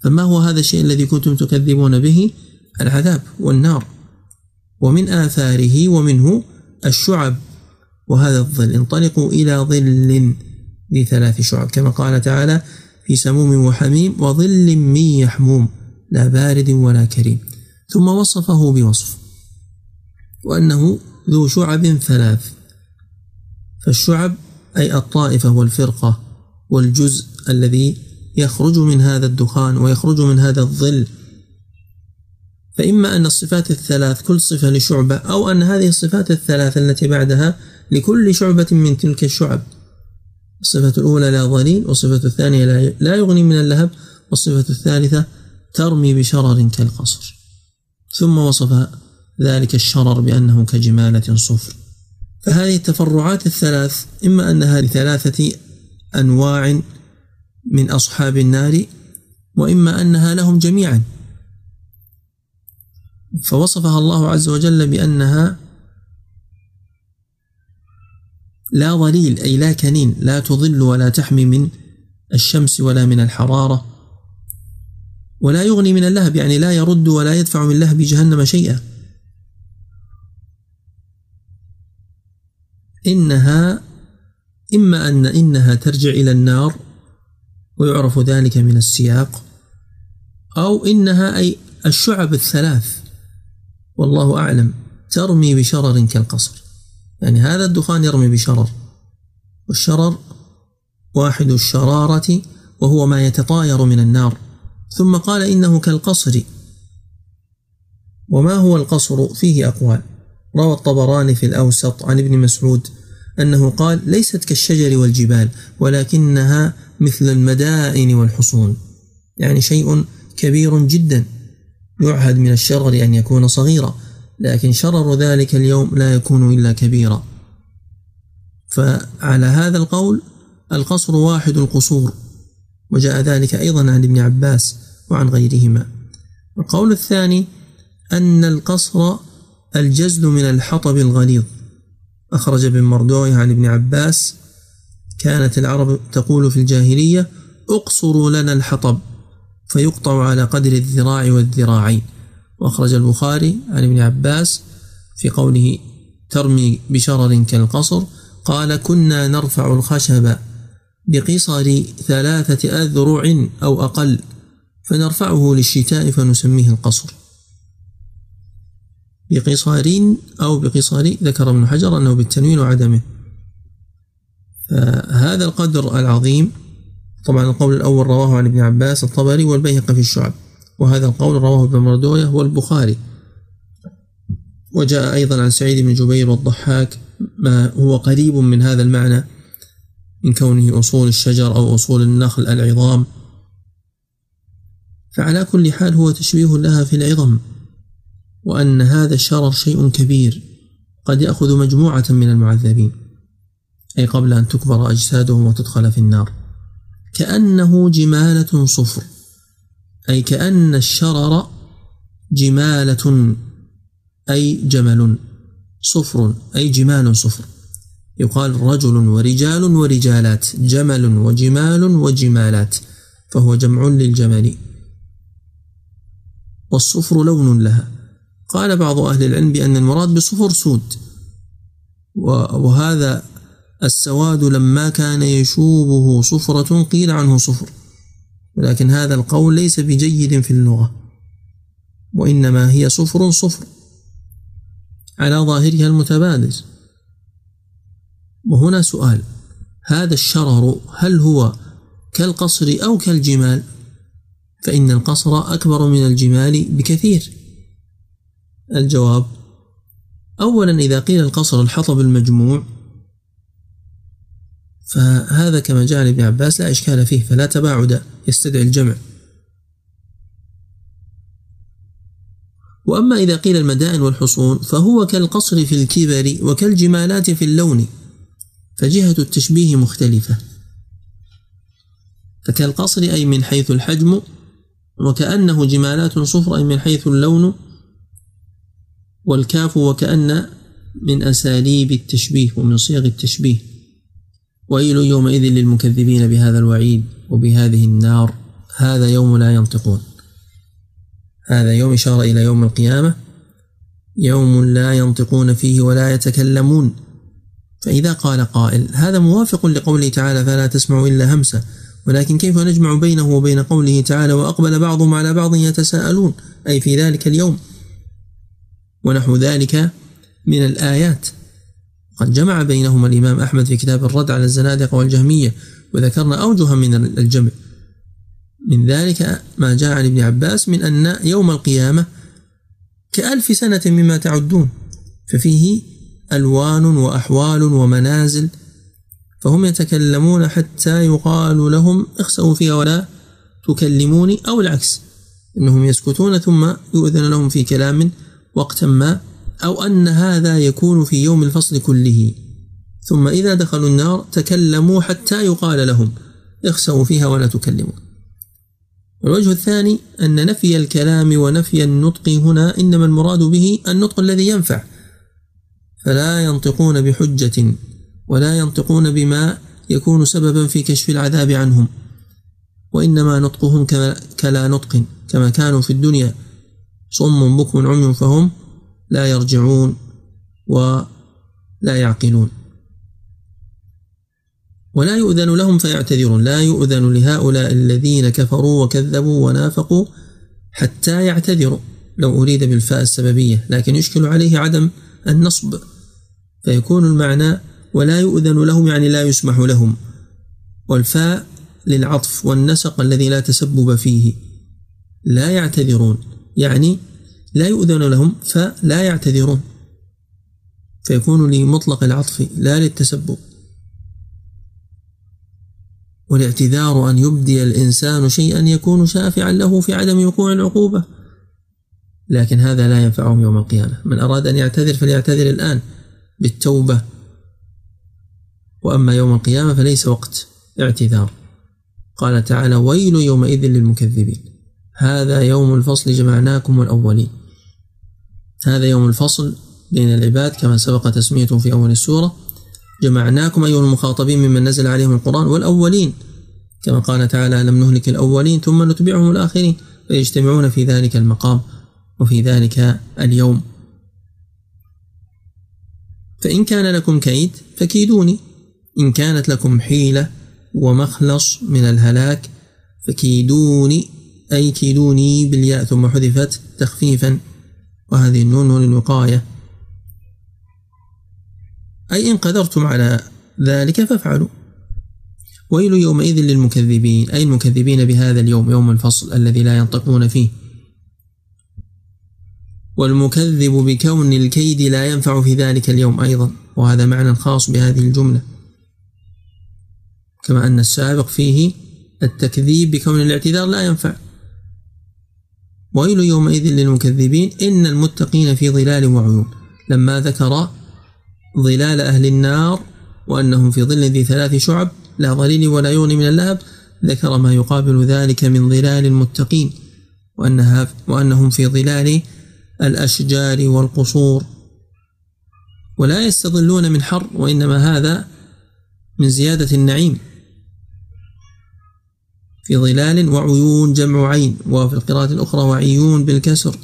فما هو هذا الشيء الذي كنتم تكذبون به؟ العذاب والنار، ومن آثاره ومنه الشعب، وهذا الظل. انطلقوا إلى ظل ذي 3 شعب، كما قال تعالى في سموم وحميم وظل من يحموم لا بارد ولا كريم. ثم وصفه بوصف وأنه ذو شعب 3. فالشعب أي الطائفة والفرقة والجزء الذي يخرج من هذا الدخان ويخرج من هذا الظل. فإما أن الصفات 3 كل صفة لشعبة، أو أن هذه الصفات 3 التي بعدها لكل شعبة من تلك الشعب. الصفة الأولى لا ظليل، والصفة الثانية لا يغني من اللهب، والصفة الثالثة ترمي بشرر كالقصر. ثم وصف ذلك الشرر بأنه كجمالة صفر. فهذه التفرعات 3 إما أنها ل3 أنواع من أصحاب النار، وإما أنها لهم جميعا. فوصفها الله عز وجل بأنها لا ظليل أي لا كنين، لا تظل ولا تحمي من الشمس ولا من الحرارة، ولا يغني من اللهب يعني لا يرد ولا يدفع من لهب جهنم شيئا. إنها إما أن إنها ترجع إلى النار ويعرف ذلك من السياق، أو إنها أي الشعب 3 والله أعلم ترمي بشرر كالقصر، يعني هذا الدخان يرمي بشرر، والشرر واحد الشرارة وهو ما يتطاير من النار. ثم قال إنه كالقصر. وما هو القصر؟ فيه أقوال. روى الطبراني في الأوسط عن ابن مسعود أنه قال ليست كالشجر والجبال ولكنها مثل المدائن والحصون، يعني شيء كبير جدا يعهد من الشرر أن يكون صغيرا، لكن شرر ذلك اليوم لا يكون إلا كبيرا. فعلى هذا القول القصر واحد القصور، وجاء ذلك أيضا عن ابن عباس وعن غيرهما. القول الثاني أن القصر الجزل من الحطب الغليظ. أخرج ابن مردويه عن ابن عباس كانت العرب تقول في الجاهلية اقصروا لنا الحطب فيقطع على قدر الذراع والذراعين. وأخرج البخاري عن ابن عباس في قوله ترمي بشرر كالقصر قال كنا نرفع الخشب بقصر 3 أذرع أو أقل فنرفعه للشتاء فنسميه القصر. بقصار أو بقصار ذكر ابن حجر أنه بالتنوين وعدمه. فهذا القدر العظيم، طبعا القول الأول رواه عن ابن عباس الطبري والبيهقي في الشعب، وهذا القول رواه ابن مردويه والبخاري. وجاء أيضا عن سعيد بن جبير والضحاك ما هو قريب من هذا المعنى من كونه أصول الشجر أو أصول النخل العظام. فعلى كل حال هو تشبيه لها في العظم، وأن هذا الشرر شيء كبير قد يأخذ مجموعة من المعذبين، أي قبل أن تكبر أجسادهم وتدخل في النار. كأنه جمالة صفر، أي كأن الشرر جمالة أي جمل، صفر أي جمال صفر. يقال رجل ورجال ورجالات، جمل وجمال وجمالات، فهو جمع للجمل. والصفر لون لها. قال بعض أهل العلم بأن المراد بالصفر سود، وهذا السواد لما كان يشوبه صفرة قيل عنه صفر، ولكن هذا القول ليس بجيد في اللغة، وإنما هي صفر صفر على ظاهرها المتبادل. وهنا سؤال: هذا الشرر هل هو كالقصر أو كالجمال؟ فإن القصر أكبر من الجمال بكثير. الجواب: أولا إذا قيل القصر الحطب المجموع فهذا كما جاء لابن عباس لا إشكال فيه، فلا تباعد يستدعي الجمع. وأما إذا قيل المدائن والحصون فهو كالقصر في الكبر وكالجمالات في اللون، فجهة التشبيه مختلفة. فكالقصر أي من حيث الحجم، وكأنه جمالات صفر أي من حيث اللون، والكاف وكأن من أساليب التشبيه ومن صيغ التشبيه. ويل يومئذ للمكذبين بهذا الوعيد وبهذه النار هذا يوم لا ينطقون، هذا يوم إشارة إلى يوم القيامة، يوم لا ينطقون فيه ولا يتكلمون. فإذا قال قائل هذا موافق لقوله تعالى فلا تسمع إلا همسة، ولكن كيف نجمع بينه وبين قوله تعالى وأقبل بعضهم على بعض يتساءلون، أي في ذلك اليوم ونحو ذلك من الآيات. قد جمع بينهما الإمام أحمد في كتاب الرد على الزنادقة والجهمية، وذكرنا أوجها من الجمع. من ذلك ما جاء عن ابن عباس من أن يوم القيامة ك1000 سنة مما تعدون، ففيه ألوان وأحوال ومنازل، فهم يتكلمون حتى يقال لهم اخسأوا فيها ولا تكلموني، أو العكس إنهم يسكتون ثم يؤذن لهم في كلام وقتا ما، أو أن هذا يكون في يوم الفصل كله، ثم إذا دخلوا النار تكلموا حتى يقال لهم اخسأوا فيها ولا تكلمون. والوجه الثاني أن نفي الكلام ونفي النطق هنا إنما المراد به النطق الذي ينفع، فلا ينطقون بحجة ولا ينطقون بما يكون سببا في كشف العذاب عنهم، وإنما نطقهم كلا نطق، كما كانوا في الدنيا صم بكم عمي فهم لا يرجعون ولا يعقلون. ولا يؤذن لهم فيعتذرون، لا يؤذن لهؤلاء الذين كفروا وكذبوا ونافقوا حتى يعتذروا، لو أريد بالفاء السببية، لكن يشكل عليه عدم النصب، فيكون المعنى ولا يؤذن لهم يعني لا يسمح لهم، والفاء للعطف والنسق الذي لا تسبب فيه. لا يعتذرون يعني لا يؤذن لهم فلا يعتذرون، فيكون لمطلق العطف لا للتسبب. والاعتذار أن يبدي الإنسان شيئا يكون شافعا له في عدم وقوع العقوبة، لكن هذا لا ينفعهم يوم القيامة. من أراد أن يعتذر فليعتذر الآن بالتوبة، وأما يوم القيامة فليس وقت اعتذار. قال تعالى ويل يومئذ للمكذبين، هذا يوم الفصل جمعناكم والأولين. هذا يوم الفصل بين العباد كما سبق تسميته في أول السورة، جمعناكم أيها المخاطبين ممن نزل عليهم القرآن، والأولين كما قال تعالى لم نهلك الأولين ثم نتبعهم الآخرين، فيجتمعون في ذلك المقام وفي ذلك اليوم. فإن كان لكم كيد فكيدوني، إن كانت لكم حيلة ومخلص من الهلاك فكيدوني، أي كيدوني بالياء ثم حذفت تخفيفا، وهذه النون نون الوقاية، أي إن قدرتم على ذلك فافعلوا. ويل يومئذ للمكذبين، أي المكذبين بهذا اليوم، يوم الفصل الذي لا ينطقون فيه. والمكذب بكون الكيد لا ينفع في ذلك اليوم أيضا، وهذا معنى خاص بهذه الجملة، كما أن السابق فيه التكذيب بكون الاعتذار لا ينفع. ويل يومئذ للمكذبين إن المتقين في ظلال وعيون، لما ذكر ظلال أهل النار وأنهم في ظل ذي 3 شعب لا ظليل ولا يغني من اللهب، ذكر ما يقابل ذلك من ظلال المتقين، وأنهم في ظلال الأشجار والقصور، ولا يستظلون من حر، وإنما هذا من زيادة النعيم. في ظلال وعيون جمع عين، وفي القراءة الأخرى وعيون بالكسر،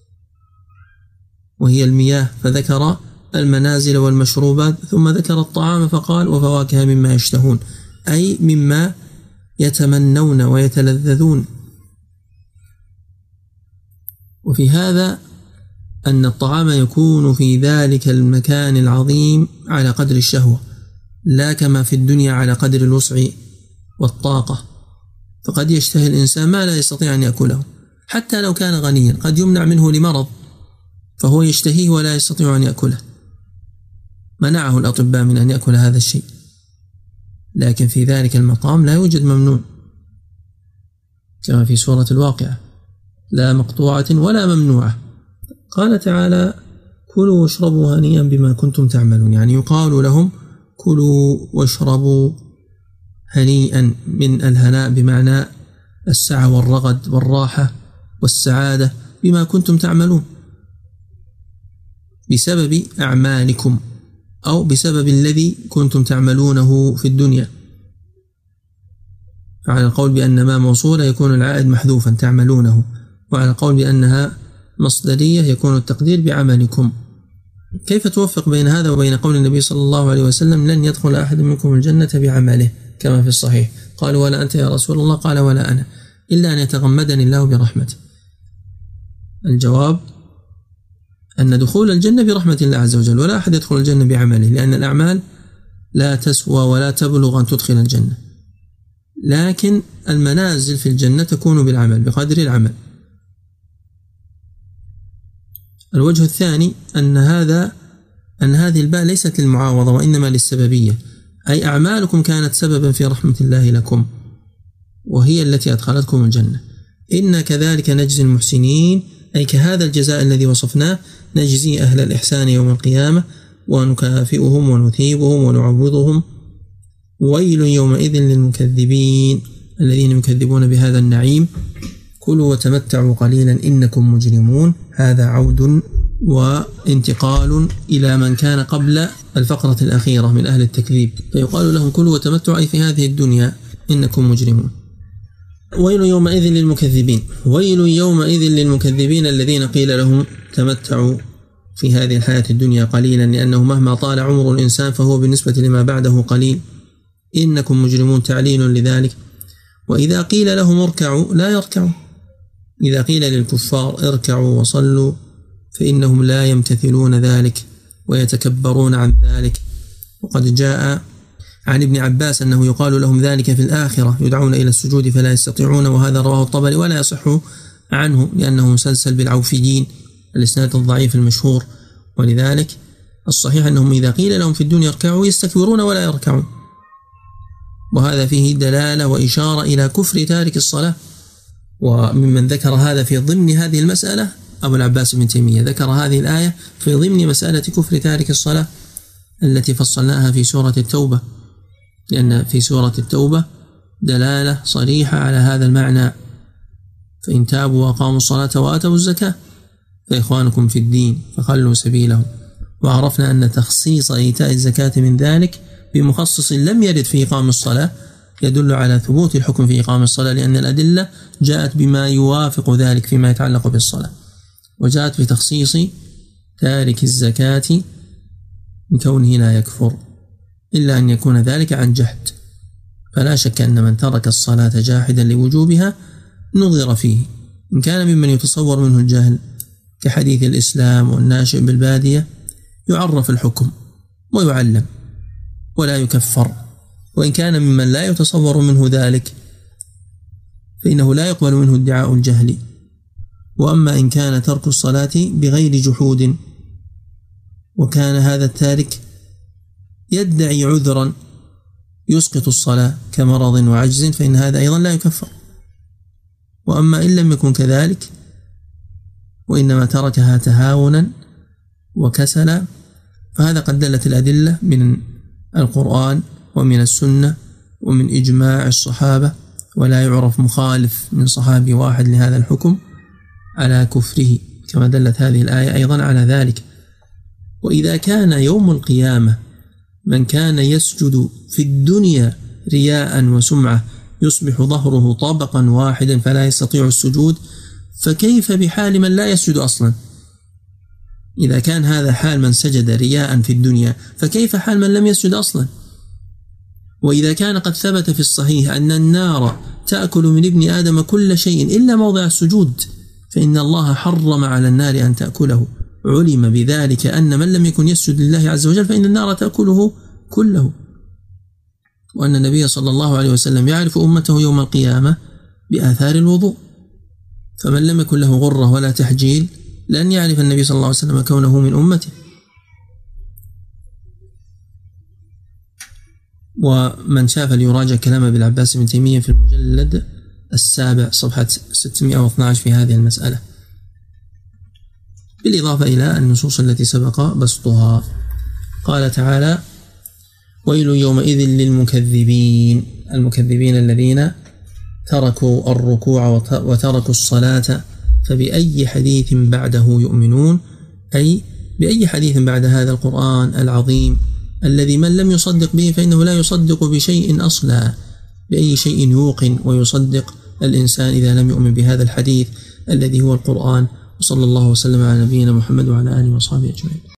وهي المياه، فذكر المنازل والمشروبات، ثم ذكر الطعام فقال وفواكه مما يشتهون، أي مما يتمنون ويتلذذون. وفي هذا أن الطعام يكون في ذلك المكان العظيم على قدر الشهوة، لا كما في الدنيا على قدر الوسع والطاقة، فقد يشتهي الإنسان ما لا يستطيع أن يأكله، حتى لو كان غنيا قد يمنع منه لمرض فهو يشتهيه ولا يستطيع أن يأكله، منعه الأطباء من أن يأكل هذا الشيء، لكن في ذلك المقام لا يوجد ممنوع، كما في سورة الواقعة لا مقطوعة ولا ممنوعة. قال تعالى كلوا واشربوا هنيئا بما كنتم تعملون، يعني يقال لهم كلوا واشربوا هنيئا، من الهناء بمعنى السعة والرغد والراحة والسعادة بما كنتم تعملون، بسبب أعمالكم أو بسبب الذي كنتم تعملونه في الدنيا. فعلى القول بأن ما موصولة يكون العائد محذوفا تعملونه، وعلى القول بأنها مصدرية يكون التقدير بعملكم. كيف توفق بين هذا وبين قول النبي صلى الله عليه وسلم لن يدخل أحد منكم الجنة بعمله كما في الصحيح؟ قالوا ولا أنت يا رسول الله؟ قال ولا أنا، إلا أن يتغمدني الله برحمته. الجواب أن دخول الجنة برحمة الله عز وجل، ولا أحد يدخل الجنة بعمله، لأن الأعمال لا تسوى ولا تبلغ أن تدخل الجنة، لكن المنازل في الجنة تكون بالعمل بقدر العمل. الوجه الثاني أن هذه الباء ليست للمعاوضة وإنما للسببية، أي أعمالكم كانت سببا في رحمة الله لكم وهي التي أدخلتكم الجنة. إنا كذلك نجزي المحسنين، أي كهذا الجزاء الذي وصفناه نجزي أهل الإحسان يوم القيامة ونكافئهم ونثيبهم ونعوضهم. ويل يومئذ للمكذبين الذين يكذبون بهذا النعيم. كلوا وتمتعوا قليلا إنكم مجرمون. هذا عود وانتقال إلى من كان قبل الفقرة الأخيرة من أهل التكذيب، فيقال لهم كلوا وتمتعوا أي في هذه الدنيا إنكم مجرمون. ويل يومئذ للمكذبين. ويل يومئذ للمكذبين الذين قيل لهم تمتعوا في هذه الحياة الدنيا قليلا، لأنه مهما طال عمر الإنسان فهو بالنسبة لما بعده قليل. إنكم مجرمون تعليل لذلك. وإذا قيل لهم اركعوا لا يركعوا. إذا قيل للكفار اركعوا وصلوا فإنهم لا يمتثلون ذلك ويتكبرون عن ذلك. وقد جاء عن ابن عباس أنه يقال لهم ذلك في الآخرة، يدعون إلى السجود فلا يستطيعون، وهذا رواه الطبري ولا يصح عنه لأنه مسلسل بالعوفيين الإسناد الضعيف المشهور. ولذلك الصحيح أنهم إذا قيل لهم في الدنيا اركعوا يستكبرون ولا يركعون، وهذا فيه دلالة وإشارة إلى كفر تارك الصلاة. وممن ذكر هذا في ضمن هذه المسألة أبو العباس بن تيمية ذكر هذه الآية في ضمن مسألة كفر تارك الصلاة التي فصلناها في سورة التوبة، لأن في سورة التوبة دلالة صريحة على هذا المعنى: فإن تابوا وأقاموا الصلاة وآتوا الزكاة فإخوانكم في الدين فخلوا سبيلهم. وعرفنا أن تخصيص إيتاء الزكاة من ذلك بمخصص لم يرد في إقام الصلاة يدل على ثبوت الحكم في إقام الصلاة، لأن الأدلة جاءت بما يوافق ذلك فيما يتعلق بالصلاة، وجاءت بتخصيص تارك الزكاة من كونه لا يكفر إلا أن يكون ذلك عن جهد. فلا شك أن من ترك الصلاة جاحدا لوجوبها نظر فيه، إن كان ممن يتصور منه الجهل كحديث الإسلام والناشئ بالبادية يعرف الحكم ويعلم ولا يكفر، وإن كان ممن لا يتصور منه ذلك فإنه لا يقبل منه ادعاء الجهل. وأما إن كان ترك الصلاة بغير جحود وكان هذا التارك يدعي عذرا يسقط الصلاة كمرض وعجز فإن هذا أيضا لا يكفر. وأما إن لم يكن كذلك وإنما تركها تهاونا وكسلا فهذا قد دلت الأدلة من القرآن ومن السنة ومن إجماع الصحابة، ولا يعرف مخالف من صحابي واحد لهذا الحكم على كفره، كما دلت هذه الآية أيضا على ذلك. وإذا كان يوم القيامة من كان يسجد في الدنيا رياء وسمعة يصبح ظهره طبقا واحدا فلا يستطيع السجود، فكيف بحال من لا يسجد أصلا؟ إذا كان هذا حال من سجد رياء في الدنيا فكيف حال من لم يسجد أصلا؟ وإذا كان قد ثبت في الصحيح أن النار تأكل من ابن آدم كل شيء إلا موضع السجود فإن الله حرم على النار أن تأكله، علم بذلك أن من لم يكن يسجد لله عز وجل فإن النار تأكله كله. وأن النبي صلى الله عليه وسلم يعرف أمته يوم القيامة بآثار الوضوء، فمن لم يكن له غرة ولا تحجيل لن يعرف النبي صلى الله عليه وسلم كونه من أمته. ومن شاف ليراجع كلام ابن العباس بن تيمية في المجلد 7 صفحة 612 في هذه المسألة، بالإضافة إلى النصوص التي سبق بسطها. قال تعالى: ويل يومئذ للمكذبين، المكذبين الذين تركوا الركوع وتركوا الصلاة، فبأي حديث بعده يؤمنون، أي بأي حديث بعد هذا القرآن العظيم الذي من لم يصدق به فإنه لا يصدق بشيء أصلا، بأي شيء يوقن ويصدق الإنسان إذا لم يؤمن بهذا الحديث الذي هو القرآن. وصلى الله وسلم على نبينا محمد وعلى آله وصحبه أجمعين.